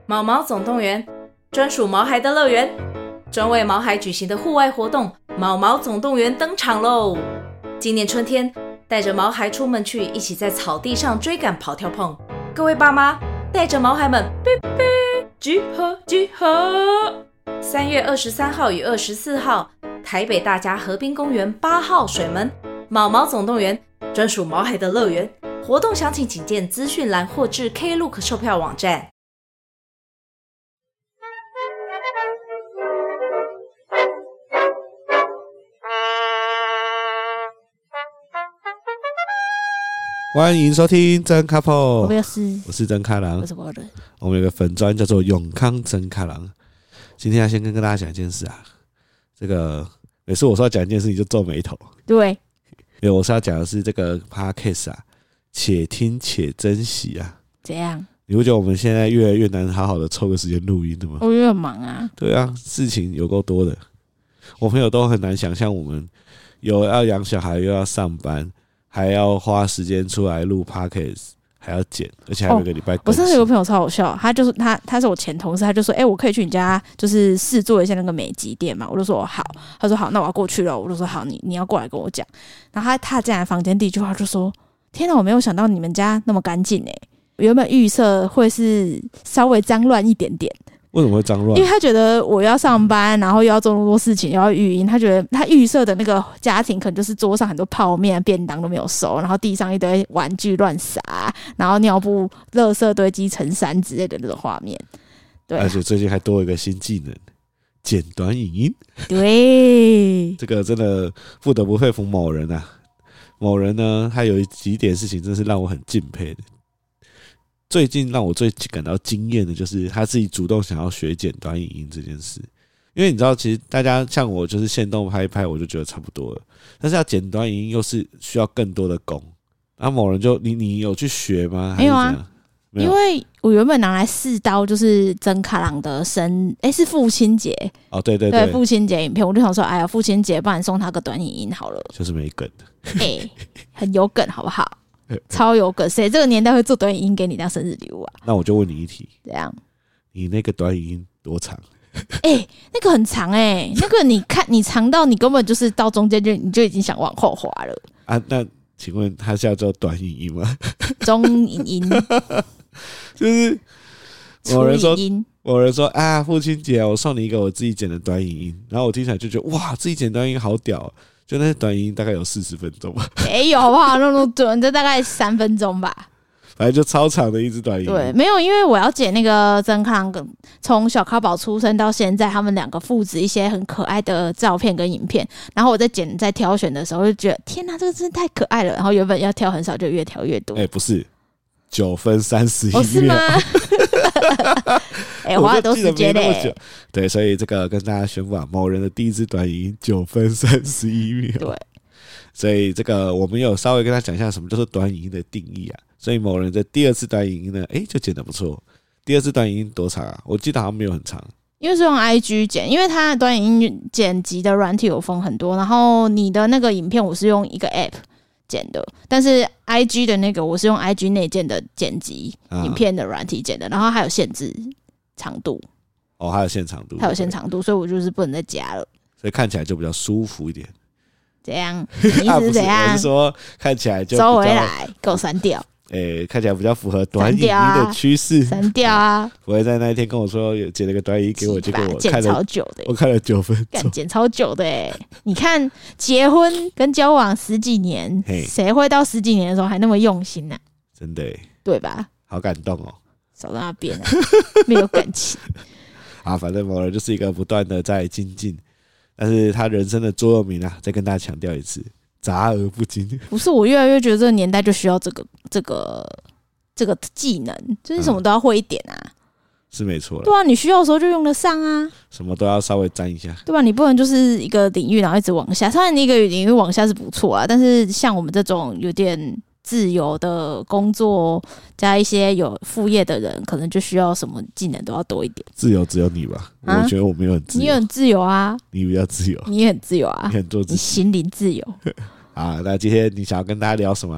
毛毛总动员，专属毛孩的乐园，专为毛孩举行的户外活动毛毛总动员登场喽！今年春天，带着毛孩出门去，一起在草地上追赶跑跳碰。各位爸妈，带着毛孩们，集合集合！3月23号与24号，台北大家河滨公园8号水门毛毛总动员，专属毛孩的乐园。活动详情请见资讯栏或至 Klook 售票网站。 欢迎收听真 couple， 我是真开朗， 我是博人。 我们有个粉专叫做永康真开朗。今天要先跟大家讲一件事啊，这个每次我说要讲一件事，你就皱眉头。 对， 因为我是要讲的是这个 podcast 啊，且听且珍惜啊。 怎样？ 你不觉得我们现在越来越难好好的抽个时间录音的吗？ 我越忙啊。对啊，事情有够多的。我朋友都很难想象我们有要养小孩，又要上班，还要花时间出来录 podcast， 还要剪，而且还有一个礼拜更新。 我上次有个朋友超好笑，他是我前同事，他就说：“我可以去你家，就是试做一下那个美极店嘛。”我就说：“好。”他说：“好，那我要过去了。”我就说：“好，你要过来跟我讲。”然后他踏进来房间第一句话就说：“天哪，我没有想到你们家那么干净欸！原本预设会是稍微脏乱一点点。” 为什么会脏乱？ 因为他觉得我要上班，然后又要做那么多事情，又要育婴，他觉得他预设的那个家庭可能就是桌上很多泡面、便当都没有收，然后地上一堆玩具乱撒，然后尿布、垃圾堆积成山之类的那种画面。对， 而且最近还多了一个新技能，剪短影音。 对， 这个真的不得不佩服某人啊。某人呢，他有几点事情真是让我很敬佩的。最近让我最感到惊艳的就是他自己主动想要学剪短影音这件事，因为你知道，其实大家像我就是限动拍一拍，我就觉得差不多了，但是要剪短影音又是需要更多的功。然后某人就你有去学吗？ 没有啊，没有，因为我原本拿来试刀就是真卡朗的是父亲节哦，对， 父亲节影片，我就想说，哎呀，父亲节不然送他个短影音好了， 就是没梗的， 很有梗好不好？超有梗，谁这个年代会做短影音给你当生日礼物啊？ 那我就问你一题， 怎样？ 你那个短影音多长？ 那个很长那个你长到你根本就是到中间你就已经想往后滑了啊？那请问它是要叫短影音吗？ 中影音， 就是某人说啊，父亲节我送你一个我自己剪的短影音，然后我听起来就觉得哇，自己剪短影音好屌就那些短影音大概有40分钟吧， 没有好不好？那么短，这大概3分钟吧。 反正就超长的一支短影音。 对，没有，因为我要剪那个曾康从小咖宝出生到现在，他们2个父子一些很可爱的照片跟影片，然后我在挑选的时候就觉得，天哪，这个真的太可爱了。然后原本要挑很少，就越挑越多。 不是9分31秒， 是吗？花很多时间对，所以这个跟大家宣布啊，某人的第一支短影音9分31秒。 对， 所以这个我们有稍微跟他讲一下什么叫做短影音的定义啊。所以某人的第2次短影音呢，就剪得不错。第2次短影音多长啊？我记得好像没有很长。 因为是用 IG 剪，因为它的短影音剪辑的软体有分很多，然后你的那个影片我是用一个 App 剪的，但是 IG 的那个我是用 IG 内建的剪辑影片的软体剪的，然后还有限制长度。 还有限长度， 所以我就是不能再加了， 所以看起来就比较舒服一点。 怎样？你意思是怎样？ 我是说看起来就收回来，给我删掉。 看起来比较符合短影音的趋势。 删掉啊！ 不会在那一天跟我说有剪了个短影音给我，结果我看了剪超久的， 我看了9分钟， 剪超久的你看结婚跟交往10几年，谁会到10几年的时候还那么用心啊？ 真的对吧？ 好感动哦！ 少在那边没有感情啊，反正某人就是一个不断的在精进，但是他人生的座右铭啊，再跟大家强调一次。杂而不精。不是，我越来越觉得这个年代就需要这个技能，就是什么都要会一点啊。 是没错。 对啊，你需要的时候就用得上啊。 什么都要稍微沾一下， 对吧？你不能就是一个领域然后一直往下。当然，你一个领域往下是不错啊，但是像我们这种有点自由的工作加一些有副业的人，可能就需要什么技能都要多一点。 自由只有你吧？我觉得我没有很自由。 你很自由啊， 你比较自由， 你也很自由啊， 你很做自己， 你心灵自由啊。那今天你想要跟大家聊什么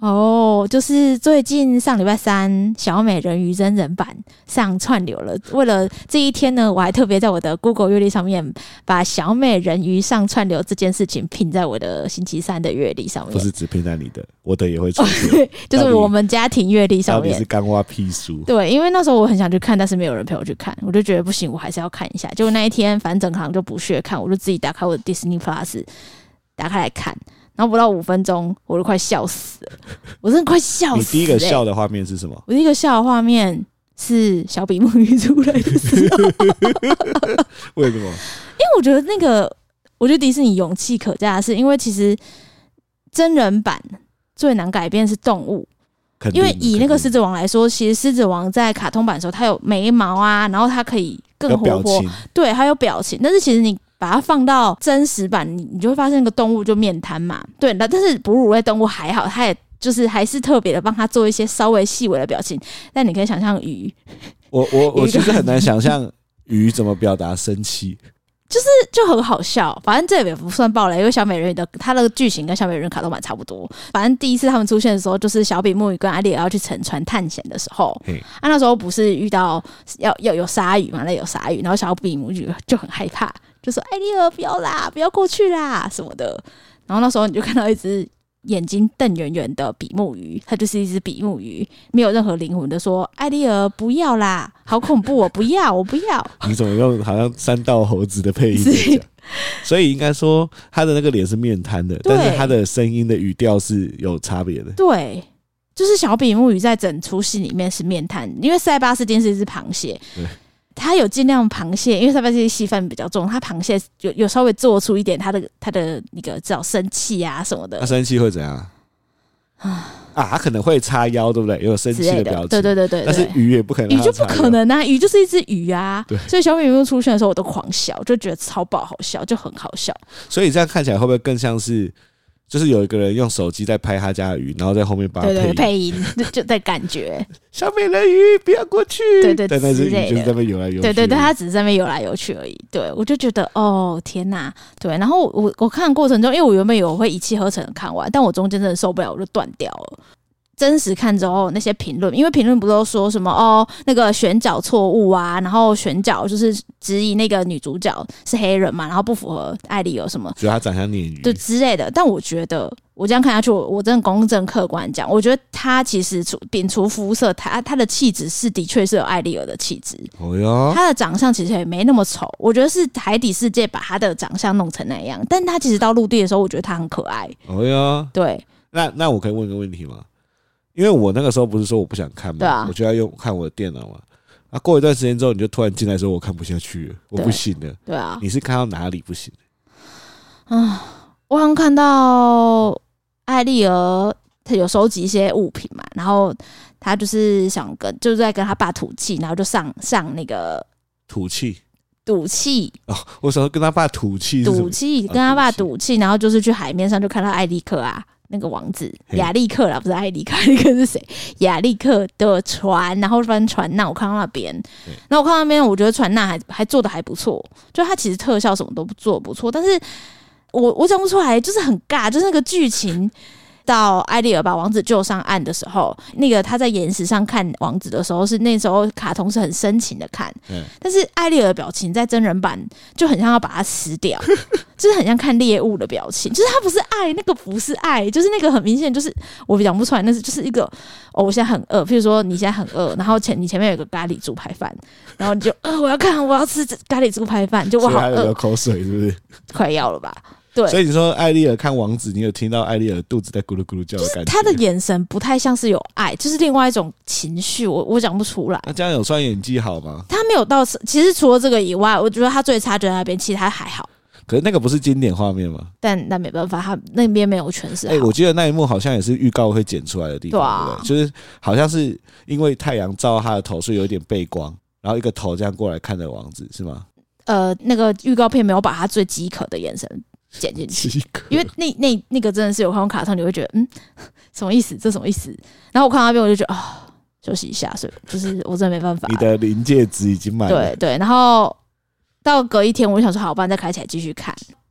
哦，就是最近上礼拜三小美人鱼真人版上串流了。为了这一天呢，我还特别在我的 Google 月历上面把小美人鱼上串流这件事情拼在我的星期三的月历上面。 不是只拼在你的，我的也会出现。 就是我们家庭月历上面。 到底是干挖屁书？对， 因为那时候我很想去看，但是没有人陪我去看，我就觉得不行，我还是要看一下。结果那一天反正整行就不屑看，我就自己打开我的 Disney Plus 打开来看。然后不到5分钟，我就快笑死了，我真的快笑死了。 你第一个笑的画面是什么？ 我第一个笑的画面是小比目鱼出来的时候。 为什么？因为我觉得我觉得迪士尼勇气可嘉的是，因为其实真人版最难改变是动物。因为以那个狮子王来说，其实狮子王在卡通版的时候，它有眉毛啊，然后它可以更活泼，对，还有表情。但是其实你把它放到真实版，你就会发现那个动物就面瘫嘛，对。但是哺乳类动物还好，它也就是还是特别的帮它做一些稍微细微的表情。但你可以想象鱼， 我其实很难想象鱼怎么表达生气。 就很好笑，反正这也不算爆雷，因为小美人鱼它的剧情跟小美人鱼卡通版差不多。反正第一次他们出现的时候，就是小比目鱼跟艾丽尔要去乘船探险的时候，那时候不是遇到要有鲨鱼嘛，那有鲨鱼，然后小比目鱼就很害怕，就说艾丽尔不要啦，不要过去啦什么的。然后那时候你就看到一只眼睛瞪圆圆的比目鱼，它就是一只比目鱼，没有任何灵魂的说：“艾丽尔不要啦，好恐怖哦，不要，我不要。” 你怎么用好像山道猴子的配音在讲？所以应该说他的那个脸是面瘫的，但是他的声音的语调是有差别的。 对，就是小比目鱼在整出戏里面是面瘫，因为塞巴斯汀是一只螃蟹。对。他有尽量螃蟹，因为塞巴斯汀戏份比较重，他螃蟹有稍微做出一点他的那个叫生气啊什么的。 他生气会怎样他可能会叉腰，对不对？有生气的表情。对。但是鱼也不可能， 鱼就不可能啊，鱼就是一只鱼啊。对。所以小美人鱼出现的时候，我都狂笑，就觉得超爆好笑，就很好笑。 所以这样看起来会不会更像是？就是有一个人用手机在拍他家的鱼，然后在后面帮他配音，就在感觉小美人鱼不要过去， 对， 但那只鱼就是在那边游来游去， 对，它只是在那边游来游去而已。对，我就觉得哦天哪，对。然后我看的过程中，因为我原本以为我会一气呵成的看完，但我中间真的受不了，我就断掉了。真实看之后那些评论，因为评论不都说什么那个选角错误啊，然后选角就是质疑那个女主角是黑人嘛，然后不符合艾丽有什么， 觉得她长相鲶鱼对之类的。但我觉得我这样看下去，我真的公正客观讲，我觉得她其实摒除肤色，她的气质是的确是有艾丽尔的气质。哦哟，她的长相其实也没那么丑，我觉得是海底世界把她的长相弄成那样，但她其实到陆地的时候，我觉得她很可爱。 哦哟， 对。 那我可以问个问题吗？因为我那个时候不是说我不想看嘛，我就要看我的电脑嘛。过一段时间之后，你就突然进来说我看不下去了，我不行了。 对啊， 你是看到哪里不行？ 我好像看到艾丽儿她有收集一些物品嘛，然后她就是就是在跟她爸赌气，然后就上那个赌气哦， 我想说跟他爸赌气， 跟他爸赌气，然后就是去海面上就看到艾利克啊。那个王子亚历克啦，不是艾利克，艾利克是谁？亚历克的船，然后翻船难，我看到那边，然后我看到那边，我觉得船难还做的还不错，就他其实特效什么都做得不错，但是我讲不出来，就是很尬，就是那个剧情。到艾丽尔把王子救上岸的时候，那个他在岩石上看王子的时候，是那时候卡通是很深情的看，但是艾丽尔的表情在真人版就很像要把它撕掉，就是很像看猎物的表情，就是他不是爱，那个不是爱，就是那个很明显就是我讲不出来，那是就是一个我现在很饿，譬如说你现在很饿，然后你前面有个咖喱猪排饭，然后你就我要吃咖喱猪排饭，就我好饿， 有口水是不是？ 快要了吧？对， 所以你说艾丽尔看王子，你有听到艾丽尔肚子在咕噜咕噜叫的感觉？ 他的眼神不太像是有爱，就是另外一种情绪，我讲不出来。 那这样有算演技好吗？ 他没有到，其实除了这个以外，我觉得他最差就在那边，其实他还好。 可是那个不是经典画面吗？ 但那没办法，他那边没有诠释好。 我记得那一幕好像也是预告会剪出来的地方，对不对？就是好像是因为太阳照到他的头，所以有一点背光，然后一个头这样过来看着王子，是吗？ 那个预告片没有把他最饥渴的眼神剪进去，因为那个真的是有看过卡通，你会觉得什么意思？这什么意思？然后我看到那边我就觉得休息一下，所以就是我真的没办法。 你的临界值已经满了。 对，然后到隔一天，我就想说好，不然再开起来继续看。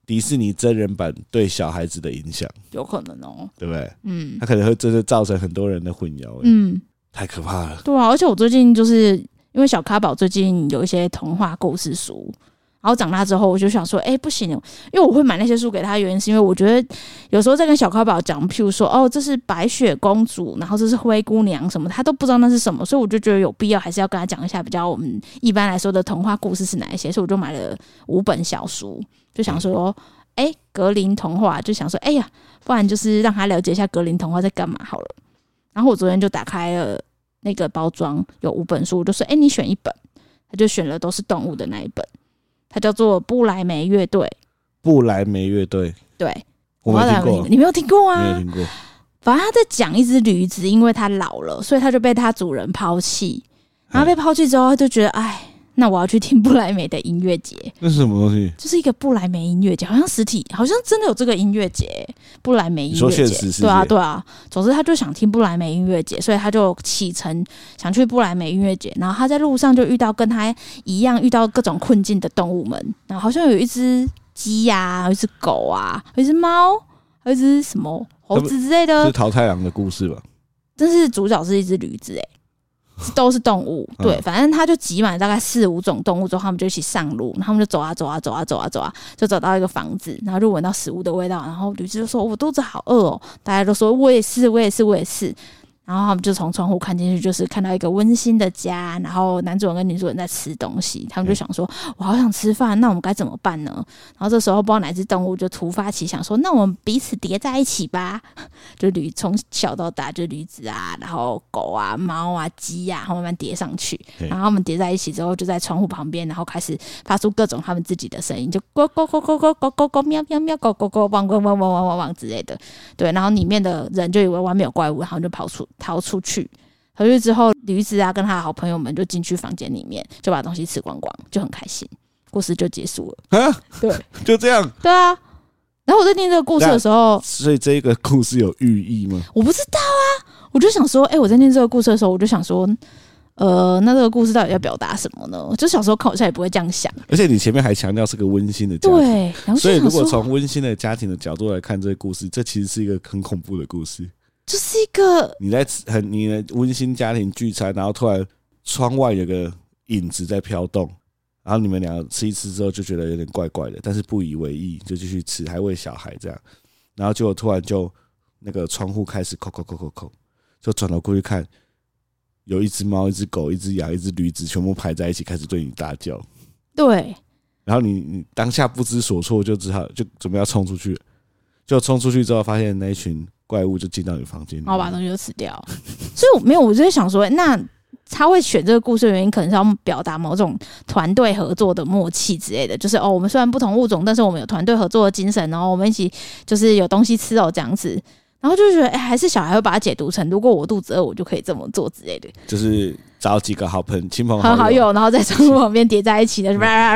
迪士尼真人版对小孩子的影响， 有可能哦， 对不对？ 嗯它可能会真的造成很多人的混淆， 嗯， 太可怕了。 对啊，而且我最近就是因为小咖宝最近有一些童话故事书。然后长大之后，我就想说，不行，因为我会买那些书给他，原因是因为我觉得有时候在跟小咖宝讲，譬如说，这是白雪公主，然后这是灰姑娘什么，他都不知道那是什么，所以我就觉得有必要还是要跟他讲一下比较我们一般来说的童话故事是哪一些，所以我就买了5本小书，就想说，格林童话，就想说，不然就是让他了解一下格林童话在干嘛好了。然后我昨天就打开了那个包装，有5本书，我就说，你选1本，他就选了都是动物的那一本。它叫做布莱梅乐队。 布莱梅乐队， 对， 我没听过。 你没有听过啊？ 没有听过。 反正他在讲一只驴子，因为它老了，所以他就被他主人抛弃。然后被抛弃之后，他就觉得，那我要去听布莱梅的音乐节。 那是什么东西？ 就是一个布莱梅音乐节，好像实体，好像真的有这个音乐节，布莱梅音乐节。 你说现实世界？ 对啊。总之，他就想听布莱梅音乐节，所以他就启程想去布莱梅音乐节。然后他在路上就遇到跟他一样遇到各种困境的动物们，然后好像有一只鸡呀，有一只狗啊，有一只猫，还有一只什么猴子之类的。 是桃太郎的故事吧？ 但是主角是一只驴子，都是动物，对，反正他就集满大概4、5种动物之后，他们就一起上路，然后他们就走啊，就走到一个房子，然后就闻到食物的味道，然后驴子就说：“我肚子好饿哦。”大家都说：“我也是。”然后他们就从窗户看进去，就是看到一个温馨的家，然后男主人跟女主人在吃东西，他们就想说：“我好想吃饭，那我们该怎么办呢？”然后这时候不知道哪只动物就突发奇想说：“那我们彼此叠在一起吧。”就从小到大，就驴子啊，然后狗啊、猫啊、鸡啊，然后慢慢叠上去，然后他们叠在一起之后，就在窗户旁边，然后开始发出各种他们自己的声音，就咕咕咕咕咕咕咕咕喵喵喵咕咕咕汪汪汪汪汪汪之类的。对，然后里面的人就以为外面有怪物，然后就逃出去之后，驴子啊跟他的好朋友们就进去房间里面，就把东西吃光光，就很开心。故事就结束了。对， 就这样。 对啊。然后我在听这个故事的时候， 所以这个故事有寓意吗？ 我不知道啊，我就想说，我在念这个故事的时候，我就想说，那这个故事到底要表达什么呢？就小时候看好像也不会这样想。 而且你前面还强调是个温馨的家庭， 对，然后所以如果从温馨的家庭的角度来看这个故事，这其实是一个很恐怖的故事。 就是一个你的温馨家庭聚餐，然后突然窗外有个影子在飘动，然后你们两个吃一吃之后就觉得有点怪怪的，但是不以为意，就继续吃，还喂小孩这样，然后结果突然就那个窗户开始扣，就转头过去看，有一只猫、一只狗、一只羊、一只驴子全部排在一起，开始对你大叫。 对， 然后你当下不知所措，就只好就准备要冲出去，就冲出去之后发现那一群怪物就进到你房间里， 然后把东西都吃掉。所以我就在想说，那他会选这个故事的原因，可能是要表达某种团队合作的默契之类的，就是我们虽然不同物种，但是我们有团队合作的精神，然后我们一起就是有东西吃这样子。然后就觉得，还是小孩会把它解读成，如果我肚子饿，我就可以这么做之类的。 就是找几个亲朋好友，然后在窗户旁边叠在一起的，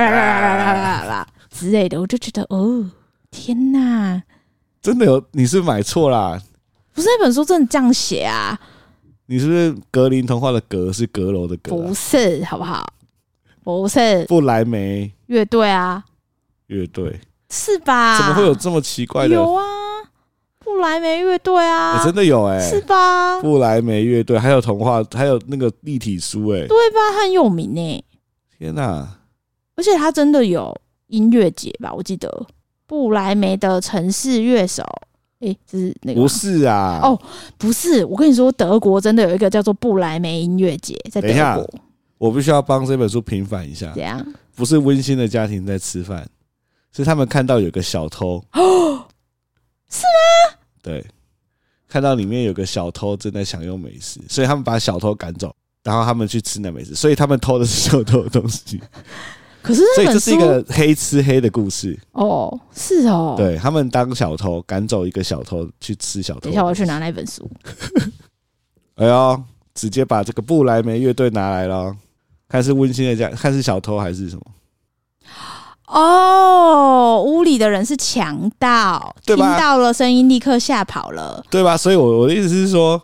之类的，我就觉得，天哪！ 真的有？你是买错啦？ 不是那本书真的这样写啊？ 你是不是格林童话的格是阁楼的阁？ 不是，好不好？不是布莱梅乐队啊？ 乐队是吧？ 怎么会有这么奇怪的？ 有啊，布莱梅乐队啊， 真的有是吧？ 布莱梅乐队还有童话，还有那个立体书对吧？很有名天哪！ 而且他真的有音乐节吧？我记得布莱梅的城市乐手。这是那个不是啊？ 不是，我跟你说，德国真的有一个叫做布莱梅音乐节，在德国。 我必须要帮这本书平反一下。 怎样？ 不是温馨的家庭在吃饭，是他们看到有个小偷。 是吗？ 对，看到里面有个小偷正在享用美食，所以他们把小偷赶走，然后他们去吃那美食，所以他们偷的是小偷的东西。 可是所以这是一个黑吃黑的故事是哦。 对，他们当小偷赶走一个小偷去吃小偷。 等一下我要去拿那本书。 哎呦，直接把这个布莱梅乐队拿来了，看是温馨的家，看是小偷还是什么？ 屋里的人是强盗，听到了声音立刻吓跑了， 对吧？所以我的意思是说，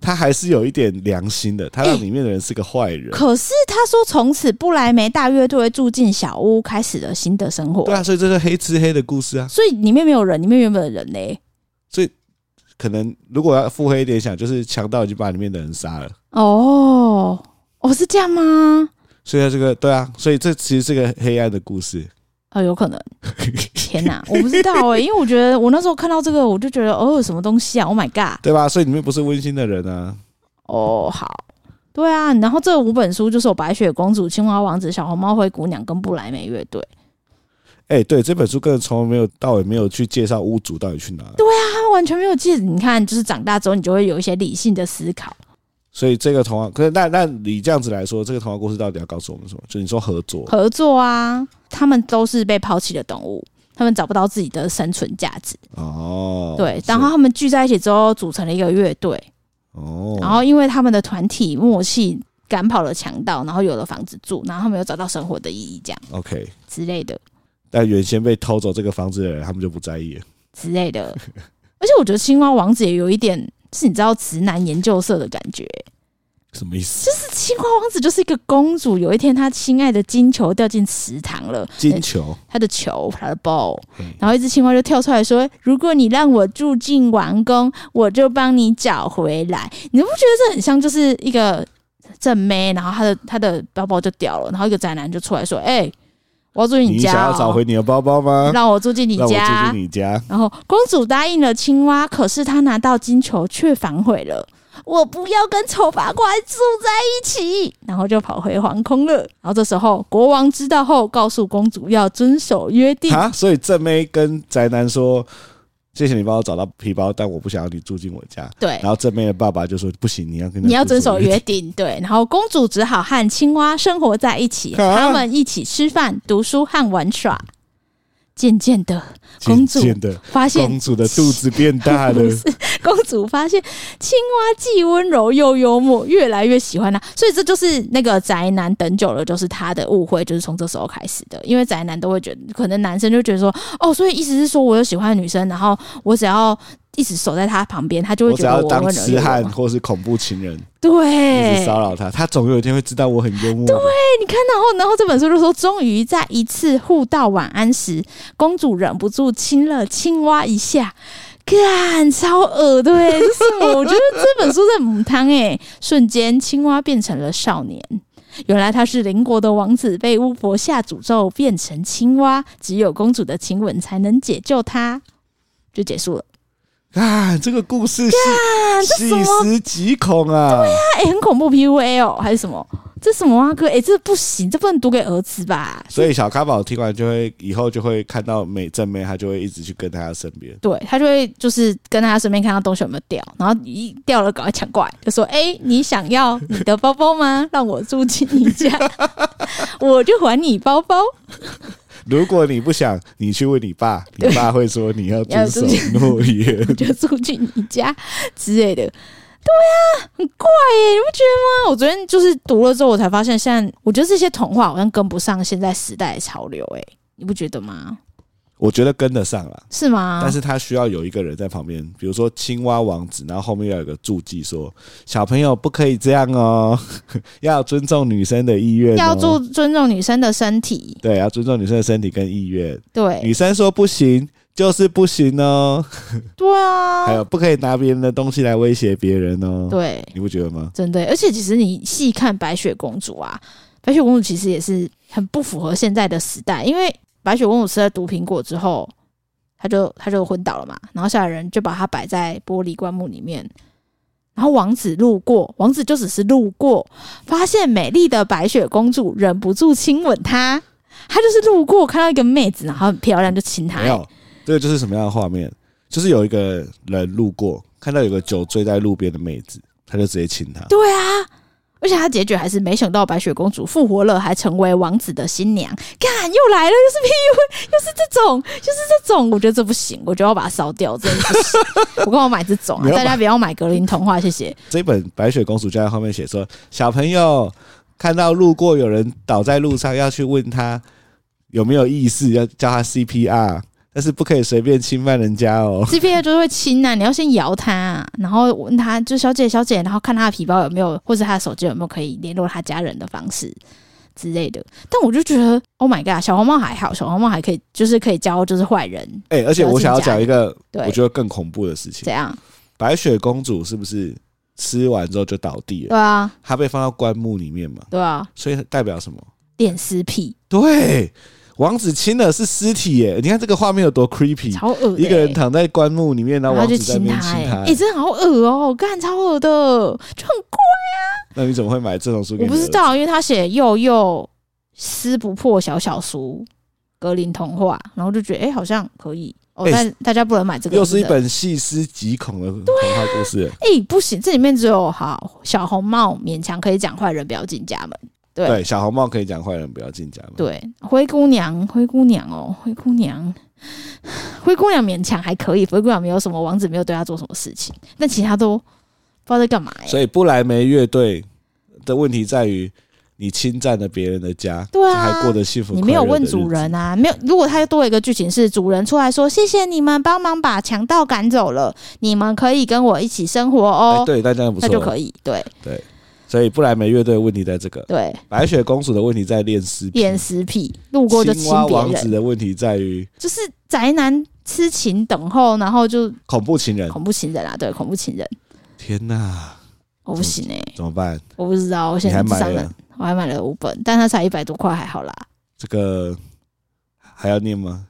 他还是有一点良心的，他让里面的人是个坏人。 可是他说从此不来梅大乐队住进小屋，开始了新的生活。 对啊，所以这是黑吃黑的故事啊。 所以里面没有人，里面原本的人嘞。 所以可能如果要腹黑一点想，就是强盗已经把里面的人杀了。 哦，是这样吗？ 所以这个对啊，所以这其实是个黑暗的故事。 有可能。天哪，我不知道因为我觉得我那时候看到这个，我就觉得什么东西啊 ，Oh my god， 对吧？所以里面不是温馨的人啊。 好，对啊。然后这5本书就是有白雪公主、青蛙王子、小红帽、灰姑娘跟布莱梅乐队。 对，这本书根本从来没有到尾没有去介绍屋主到底去哪了。 对啊，他完全没有介绍。你看，就是长大之后，你就会有一些理性的思考。 所以这个童话，可是那你这样子来说，这个童话故事到底要告诉我们什么？就你说合作啊，他们都是被抛弃的动物，他们找不到自己的生存价值。对，然后他们聚在一起之后，组成了一个乐队。然后因为他们的团体默契，赶跑了强盗，然后有了房子住，然后他们又找到生活的意义，这样 OK 之类的。 但原先被偷走这个房子的人，他们就不在意了之类的。而且我觉得青蛙王子也有一点。是你知道直男研究社的感觉。 什么意思？ 就是青蛙王子就是一个公主，有一天她心爱的金球掉进池塘了。 金球？她的球，她的 ball。然后一只青蛙就跳出来说：“如果你让我住进王宫，我就帮你找回来。”你不觉得这很像就是一个正妹，然后她的包包就掉了，然后一个宅男就出来说：“我要住进你家。” 你想要找回你的包包吗？ 让我住进你家。 让我住进你家。 然后公主答应了青蛙，可是她拿到金球却反悔了。我不要跟丑八怪住在一起，然后就跑回皇宫了。然后这时候国王知道后，告诉公主要遵守约定。 所以正妹跟宅男说：“谢谢你帮我找到皮包，但我不想要你住进我家。” 对。 然后正妹的爸爸就说：“不行，你要遵守约定。”对。然后公主只好和青蛙生活在一起，他们一起吃饭、读书和玩耍。渐渐的，公主发现公主的肚子变大了。 公主发现青蛙既温柔又幽默，越来越喜欢她。所以这就是那个宅男等久了，就是他的误会，就是从这时候开始的。因为宅男都会觉得，可能男生就觉得说，所以意思是说我有喜欢的女生，然后我只要一直守在他旁边，他就会觉得我只要当痴汉或是恐怖情人， 对， 一直骚扰他，他总有一天会知道我很幽默。 对，你看，然后这本书就说，终于在一次互道晚安时，公主忍不住亲了青蛙一下，干超恶的这是什么？我觉得这本书在母汤瞬间青蛙变成了少年。原来他是邻国的王子，被巫婆下诅咒变成青蛙，只有公主的亲吻才能解救他，就结束了。 这个故事细思极恐啊！ 对啊，很恐怖 PUA 还是什么？这什么啊哥？这不行，这不能读给儿子吧？ 所以小咖宝听完以后就会看到正妹，他就会一直去跟在他身边。 对，他就会就是跟在他身边看到东西有没有掉，然后一掉了赶快抢过来，就说：“你想要你的包包吗？让我住进你家，我就还你包包。” 如果你不想，你去问你爸，你爸会说你要遵守诺言， 我就住进你家之类的。对啊，很怪你不觉得吗？我昨天就是读了之后，我才发现，现在我觉得这些童话好像跟不上现在时代的潮流，你不觉得吗？ 我觉得跟得上啦， 是吗？ 但是他需要有一个人在旁边，比如说青蛙王子，然后后面要有个注记说，小朋友不可以这样要尊重女生的意愿， 要尊重女生的身体， 对，要尊重女生的身体跟意愿， 对， 女生说不行就是不行对啊， 还有不可以拿别人的东西来威胁别人对， 你不觉得吗？ 真的，而且其实你细看白雪公主啊，白雪公主其实也是很不符合现在的时代，因为白雪公主吃了毒苹果之后，她就昏倒了嘛，然后下来人就把她摆在玻璃棺木里面，然后王子路过，王子就只是路过，发现美丽的白雪公主，忍不住亲吻她。他就是路过看到一个妹子，然后很漂亮就亲她。 没有，这个就是什么样的画面？就是有一个人路过，看到有个酒醉在路边的妹子，他就直接亲她。 对啊。而且他结局还是没想到白雪公主复活了，还成为王子的新娘。干又来了，又是 PUA， 又是这种，我觉得这不行，我就要把它烧掉，真的不行。我干嘛买这种大家不要买格林童话，谢谢。 这本白雪公主就在后面写说，小朋友看到路过有人倒在路上，要去问他有没有意识，要叫他 CPR， 但是不可以随便侵犯人家哦。 CPA 就是会亲啊，你要先摇他啊，然后问他就小姐，然后看他的皮包有没有，或者他的手机有没有可以联络他家人的方式之类的。但我就觉得 Oh my god， 小红帽还好，小红帽还可以，就是可以教就是坏人。 而且我想要讲一个我觉得更恐怖的事情。 怎样？ 白雪公主是不是吃完之后就倒地了？ 对啊， 她被放到棺木里面嘛？ 对啊， 所以代表什么？ 恋尸癖。 对，王子亲的是尸体耶！你看这个画面有多 creepy， 超恶的一个人躺在棺木里面，然后王子在那边亲他， 真的好恶哦，干超恶的，就很怪啊。 那你怎么会买这种书给你？ 我不知道，因为他写幼幼撕不破小书格林童话，然后就觉得好像可以但大家不能买这个， 又是一本细思极恐的童话故事。 不行，这里面只有小红帽勉强可以讲坏人不要进家门。对， 小红帽可以讲坏人不要进家门。 对，灰姑娘勉强还可以，灰姑娘没有什么，王子没有对她做什么事情，但其他都不知道在干嘛。 所以布莱梅乐队的问题在于你侵占了别人的家， 对啊， 还过得幸福快乐的日子。 你没有问主人啊，没有。如果他多了一个剧情是主人出来说谢谢你们帮忙把强盗赶走了，你们可以跟我一起生活哦。 对，那这样不错， 那就可以。对。 所以布莱梅乐队的问题在这个， 对， 白雪公主的问题在恋尸癖，路过就亲别人。青蛙王子的问题在于， 就是宅男痴情等候，然后就恐怖情人啊，对，恐怖情人。 天哪， 我不行怎么办？ 我不知道，我现在我还买了5本，但它才100多块，还好啦。 这个还要念吗？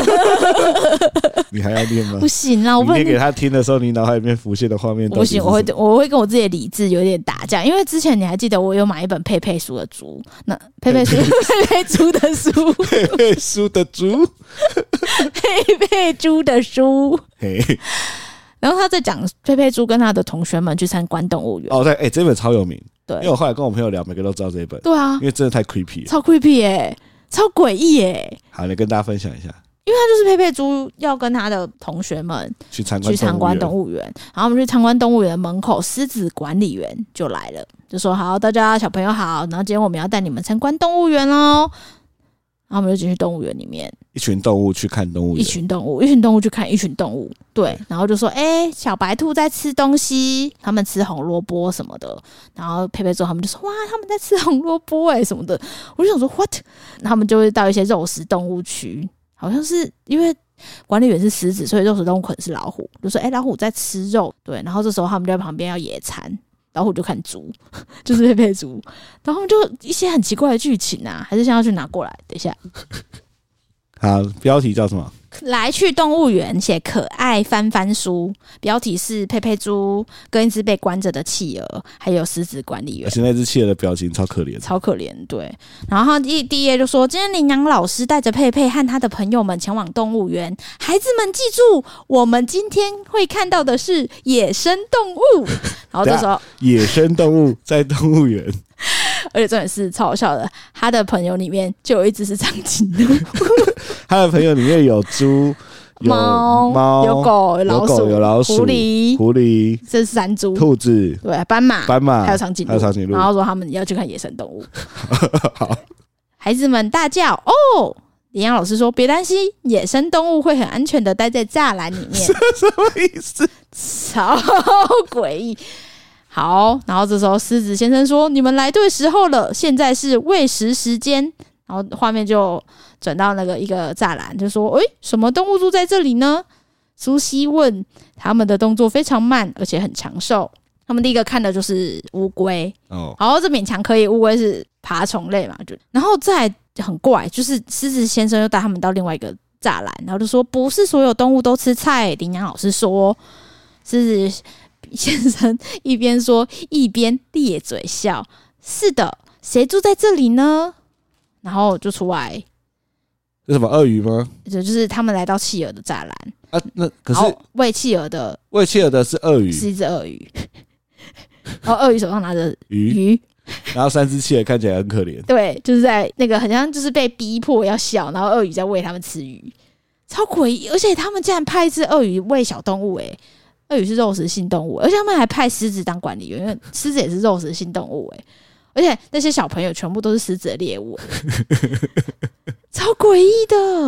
你还要念吗？ 不行啦，我不能念给他听的时候，你脑海里面浮现的画面不行， 我会跟我自己的理智有点打架，因为之前你还记得我有买一本佩佩猪的猪，那佩佩猪的书， 佩佩猪的猪， 佩佩猪的书。然后他在讲佩佩猪跟他的同学们去参观动物园。 对，这本超有名。对，因为我后来跟我朋友聊，每个都知道这一本。 对啊， 因为真的太 creepy 了， 超 creepy 超诡异好，你跟大家分享一下。 因为他就是佩佩猪要跟他的同学们去参观动物园， 然后我们去参观动物园门口，狮子管理员就来了，就说好，大家小朋友好，然后今天我们要带你们参观动物园咯。然后我们就进去动物园里面， 一群动物去看动物园， 一群动物去看一群动物，对，然后就说小白兔在吃东西，他们吃红萝卜什么的，然后佩佩猪他们就说哇他们在吃红萝卜什么的，我就想说 what， 他们就会到一些肉食动物区，好像是因为管理员是狮子，所以肉食动物可能是老虎，就说老虎在吃肉，对，然后这时候他们就在旁边要野餐，老虎就看猪，就是佩佩猪，然后就一些很奇怪的剧情啊，还是先要去拿过来，等一下。 好，标题叫什么？ 来去动物园写可爱翻翻书，标题是佩佩猪跟一只被关着的企鹅，还有狮子管理员。 而且那只企鹅的表情超可怜， 超可怜，对。然后第一页就说，今天羚羊老师带着佩佩和他的朋友们前往动物园，孩子们记住，我们今天会看到的是野生动物。然后这时候野生动物在动物园。 而且重点是超好笑的，他的朋友里面就有一只是长颈鹿， 他的朋友里面有猪、有猫、 有狗、有老鼠、狐狸， 这是3猪， 兔子， 对，斑马，还有长颈鹿，然后说他们要去看野生动物。好，孩子们大叫哦！羚羊老师说：“别担心，野生动物会很安全的待在栅栏里面。” 什么意思？ 超诡异。好，然后这时候狮子先生说：“你们来对时候了，现在是喂食时间。”然后画面就转到那个一个栅栏，就说：“什么动物住在这里呢？”苏西问。他们的动作非常慢，而且很长寿。他们第一个看的就是乌龟，好，这勉强可以，乌龟是爬虫类嘛，然后再很怪，就是狮子先生又带他们到另外一个栅栏，然后就说：“不是所有动物都吃菜。”羚羊老师说，狮子先生一边说一边咧嘴笑。是的，谁住在这里呢？然后就出来， 是什么鳄鱼吗？ 就是他们来到企鹅的栅栏啊。那可是喂企鹅的是鳄鱼， 是一只鳄鱼。然后鳄鱼手上拿着鱼， 然后3只企鹅看起来很可怜。 对，就是在那个很像就是被逼迫要笑，然后鳄鱼在喂他们吃鱼，超诡异。而且他们竟然派一只鳄鱼喂小动物，鳄鱼是肉食性动物，而且他们还派狮子当管理员，因为狮子也是肉食性动物，而且那些小朋友全部都是狮子的猎物，超诡异的。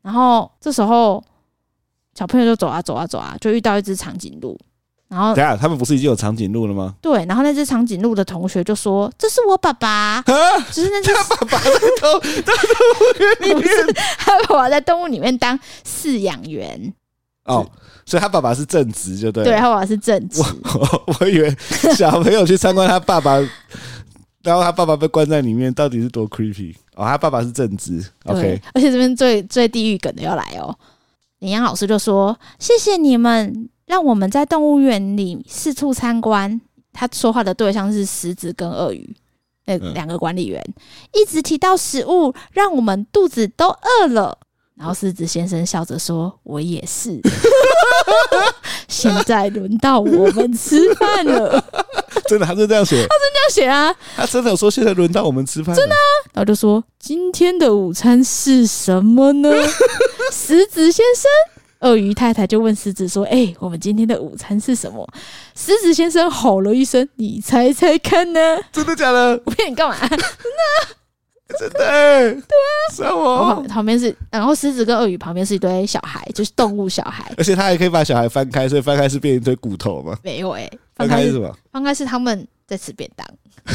然后这时候小朋友就走啊走啊走啊，就遇到一只长颈鹿。然后等一下他们不是已经有长颈鹿了吗？ 对，然后那只长颈鹿的同学就说：“这是我爸爸。”就是那只他爸爸在动物园里面， 他爸爸在动物里面当饲养员。 哦，所以他爸爸是正职，就对了。 对，他爸爸是正职。 我以为小朋友去参观他爸爸，然后他爸爸被关在里面，到底是多 creepy 哦？他爸爸是正职 ，OK。 而且这边最地狱梗的要来哦，林阳老师就说：“谢谢你们。”让我们在动物园里四处参观。他说话的对象是狮子跟鳄鱼，两个管理员一直提到食物，让我们肚子都饿了。然后狮子先生笑着说：“我也是。”现在轮到我们吃饭了。 真的，他是这样写， 他真这样写啊！ 他真的有说现在轮到我们吃饭了， 真的啊！然后就说：“今天的午餐是什么呢？”狮子先生。鳄鱼太太就问狮子说：“我们今天的午餐是什么？”狮子先生吼了一声：“你猜猜看呢？” 真的假的？ 我骗你干嘛？真的啊， 真的对啊，什么？ 旁边是，然后狮子跟鳄鱼旁边是一堆小孩，就是动物小孩， 而且他还可以把小孩翻开，所以翻开是变一堆骨头吗？ 没有翻开是什么？ 翻开是他们在吃便当，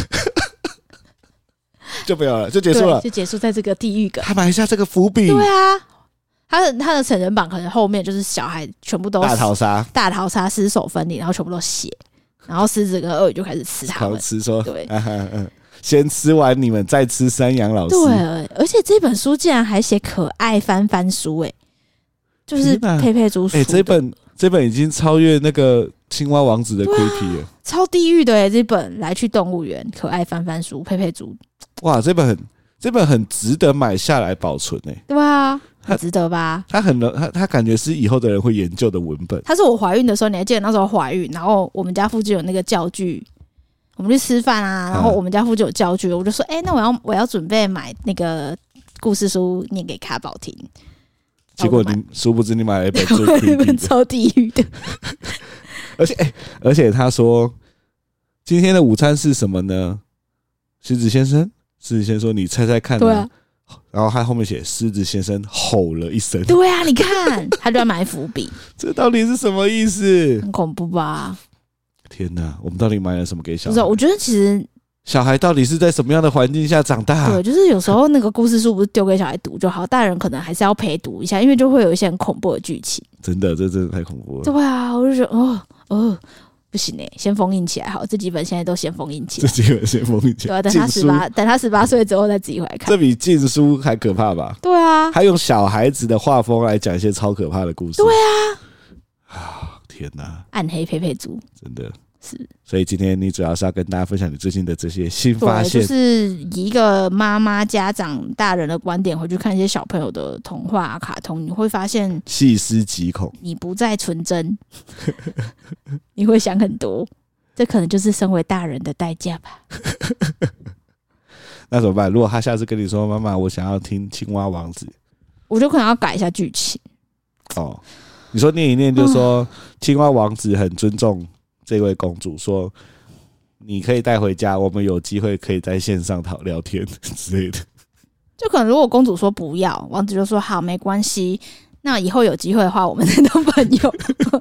就没有了，就结束了， 就结束在这个地狱梗。 他埋下这个伏笔， 对啊。他的成人版可能后面就是小孩全部都大逃杀尸首分离，然后全部都血，然后狮子跟鳄鱼就开始吃他们， 吃说对， 先吃完你们再吃山羊老师。 对，而且这本书竟然还写可爱翻翻书，就是佩佩猪书。 这本已经超越那个青蛙王子的 creepy 了， 超地狱的这本来去动物园可爱翻翻书佩佩猪。 哇，这本很值得买下来保存对啊，很值得吧？ 他感觉是以后的人会研究的文本。 他是我怀孕的时候，你还记得那时候怀孕，然后我们家附近有那个教具，我们去吃饭啊，然后我们家附近有教具，我就说，那我要准备买那个故事书念给卡宝听。 结果殊不知你买了一本最 creepy 的， 超地狱的。 而且他说今天的午餐是什么呢？狮子先生说你猜猜看。对啊。然后他后面写狮子先生吼了一声。对啊，你看他就要埋伏笔。 这到底是什么意思？ 很恐怖吧？ 天哪，我们到底买了什么给小孩？ 不知道，我觉得其实小孩到底是在什么样的环境下长大？ 对，就是有时候那个故事书不是丢给小孩读就好，大人可能还是要陪读一下，因为就会有一些很恐怖的剧情。 真的，这真的太恐怖了。 对啊，我就觉得不行先封印起来好，这几本现在都先封印起来。 这几本先封印起来。 对啊，等他18岁之后再自己回来看。 这比禁书还可怕吧？ 对啊， 他用小孩子的画风来讲一些超可怕的故事。 对啊，天哪！ 暗黑佩佩猪， 真的是。 所以今天你主要是要跟大家分享你最近的这些新发现， 就是以一个妈妈、家长、大人的观点回去看一些小朋友的童话、卡通，你会发现细思极恐， 你不再纯真，你会想很多，这可能就是身为大人的代价吧。 那怎么办？如果他下次跟你说：“妈妈，我想要听青蛙王子”， 我就可能要改一下剧情。 哦，你说念一念，就说青蛙王子很尊重这位公主，说你可以带回家，我们有机会可以在线上聊天之类的。 就可能如果公主说不要，王子就说好，没关系，那以后有机会的话，我们再当朋友。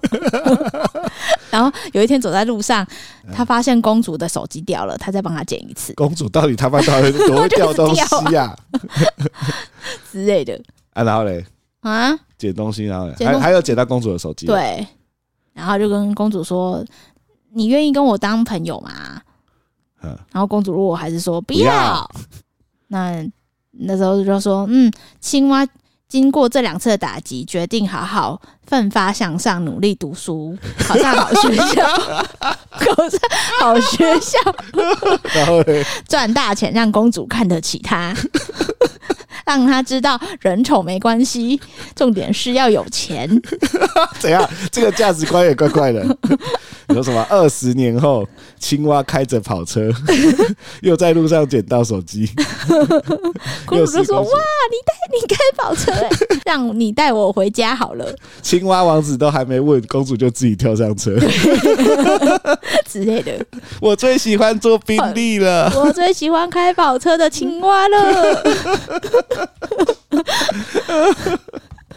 然后有一天走在路上，他发现公主的手机掉了，他再帮她捡一次。 公主到底他妈到底多会掉东西啊之类的啊？然后嘞捡东西，然后还有捡到公主的手机。 对，然后就跟公主说：“你愿意跟我当朋友吗？”然后公主如果还是说不要，那时候就说：“青蛙经过这2次的打击，决定好好奋发向上，努力读书，考上好学校， 然后赚大钱，让公主看得起他。”让他知道人丑没关系，重点是要有钱。 怎样？这个价值观也怪怪的。你说什么？20年后，青蛙开着跑车，又在路上捡到手机。 公主就说：“哇，你开跑车让你带我回家好了。” 青蛙王子都还没问，公主就自己跳上车之类的。 我最喜欢坐宾利了， 我最喜欢开跑车的青蛙了。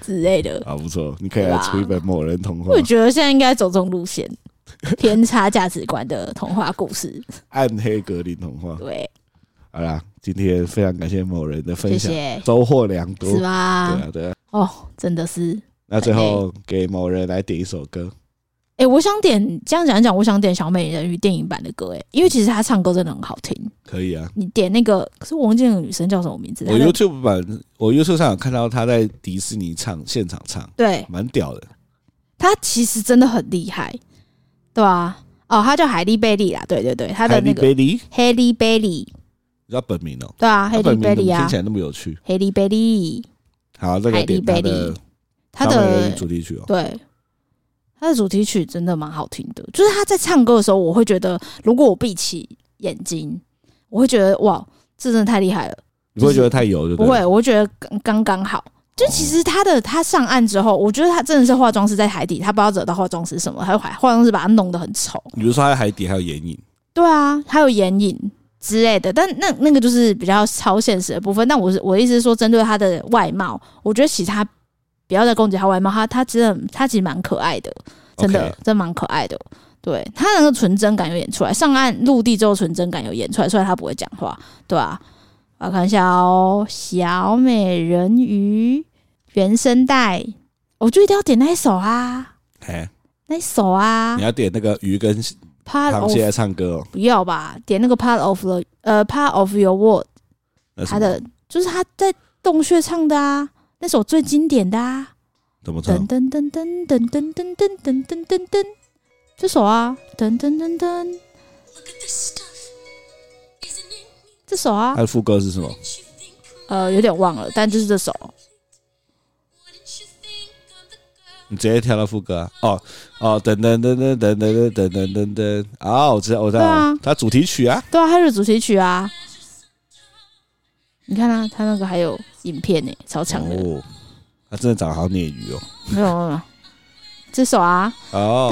之类的啊，不错，你可以来出一本某人童话。 我觉得现在应该走这种路线，偏差价值观的童话故事， 暗黑格林童话。 对， 好啦，今天非常感谢某人的分享， 谢谢， 收获良多， 是吧？ 对啊，对啊。 哦，真的是。 那最后给某人来点一首歌。 我想点这样讲一讲，我想点小美人鱼电影版的歌，因为其实她唱歌真的很好听。 可以啊， 你点那个，可是我忘记那个女生叫什么名字。 我 YouTube 版，我 YouTube 上有看到她在迪士尼现场唱， 对， 蛮屌的。 她其实真的很厉害，对啊。哦，她叫海莉贝利啦，对对对，她的那个 Halle Bailey， 你知道本名哦？ 对啊，Halle Bailey 啊， 听起来那么有趣。 Halle Bailey， 好，这个点她的主题曲哦， 对。他的主题曲真的蛮好听的，就是他在唱歌的时候，我会觉得，如果我闭起眼睛，我会觉得哇，这真的太厉害了。 你不会觉得太油，对不对？ 不会，我会觉得刚刚好。就其实他上岸之后，我觉得他真的是化妆师在海底，他不知道惹到化妆师什么，还有化妆师把他弄得很丑。 比如说他在海底还有眼影， 对啊，还有眼影之类的，但那个就是比较超现实的部分。但我的意思是说，针对他的外貌，我觉得其实他不要再攻击他外貌，他其实蛮可爱的，真的真蛮可爱的。对，他那个纯真感有演出来，上岸陆地之后纯真感有演出来，虽然他不会讲话，对啊。我看一下哦，小美人鱼原声带，我就一定要点那一首啊，那一首啊。 你要点那个鱼跟螃蟹在唱歌哦？ 不要吧，点那个 Part of Your World， 他的就是他在洞穴唱的啊。那首最经典的啊， 怎么唱？ 噔噔噔噔噔噔噔噔噔噔噔噔，这首啊，噔噔噔噔，这首啊。 它的副歌是什么？ 有点忘了，但就是这首。 你直接跳到副歌啊？哦，噔噔噔噔噔噔噔噔噔噔，哦，我知道，它主题曲啊。 对啊，它是主题曲啊。你看啊，他那个还有影片呢，超强的。 哦，他真的长得好鲶鱼哦。 没有，这首啊。 哦。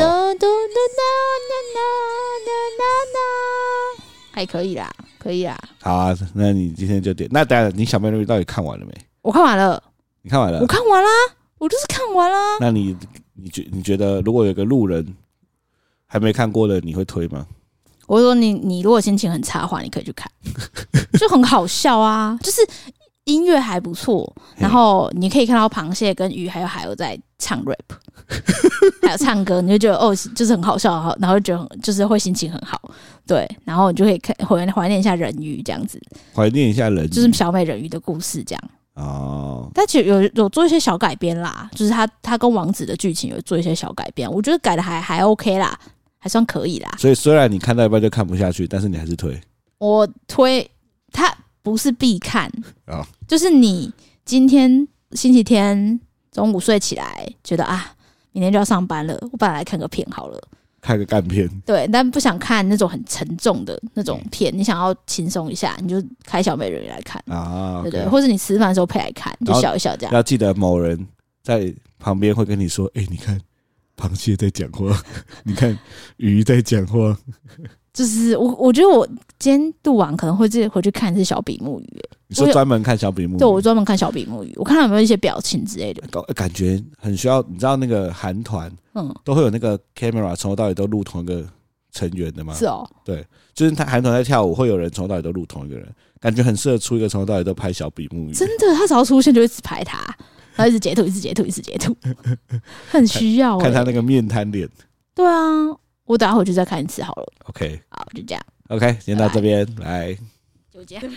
还可以啦，可以啦。 好啊，那你今天就点。那等下你小美人鱼到底看完了没？ 我看完了。 你看完了？ 我看完啦，我就是看完啦。 那你觉得，如果有个路人还没看过的，你会推吗？ 我说你如果心情很差的话，你可以去看，就很好笑啊，就是音乐还不错，然后你可以看到螃蟹跟鱼还有海鸥在唱 rap， 还有唱歌，你就觉得哦，就是很好笑，然后就觉得就是会心情很好，对，然后你就可以怀念一下人鱼这样子， 怀念一下人鱼， 就是小美人鱼的故事这样。 哦， 但其实有做一些小改编啦，就是他跟王子的剧情有做一些小改编，我觉得改的还 OK 啦。还算可以啦， 所以虽然你看到一半就看不下去，但是你还是推。我推它不是必看，就是你今天星期天中午睡起来，觉得啊，明天就要上班了，我本来来看个片好了， 看个干片。 对，但不想看那种很沉重的那种片，你想要轻松一下，你就开小美人鱼来看啊，对对，或者你吃饭的时候配来看，就笑一笑这样。 要记得某人在旁边会跟你说：“你看。”螃蟹在讲话，你看鱼在讲话， 就是我觉得我今天录完可能会自己回去看是小比目鱼。 你说专门看小比目鱼？对， 我专门看小比目鱼，我看他有没有一些表情之类的， 感觉很需要。你知道那个韩团，都会有那个 camera 从头到尾都录同一个成员的吗？是哦，对，就是他韩团在跳舞，会有人从头到尾都录同一个人，感觉很适合出一个从头到尾都拍小比目鱼。真的，他只要出现就一直拍他。然后一直截图，一直截图，一直截图，很需要看他那个面瘫脸。对啊，我等下回去再看一次好了。OK， 好，就这样。OK， 先到这边，来，就这样。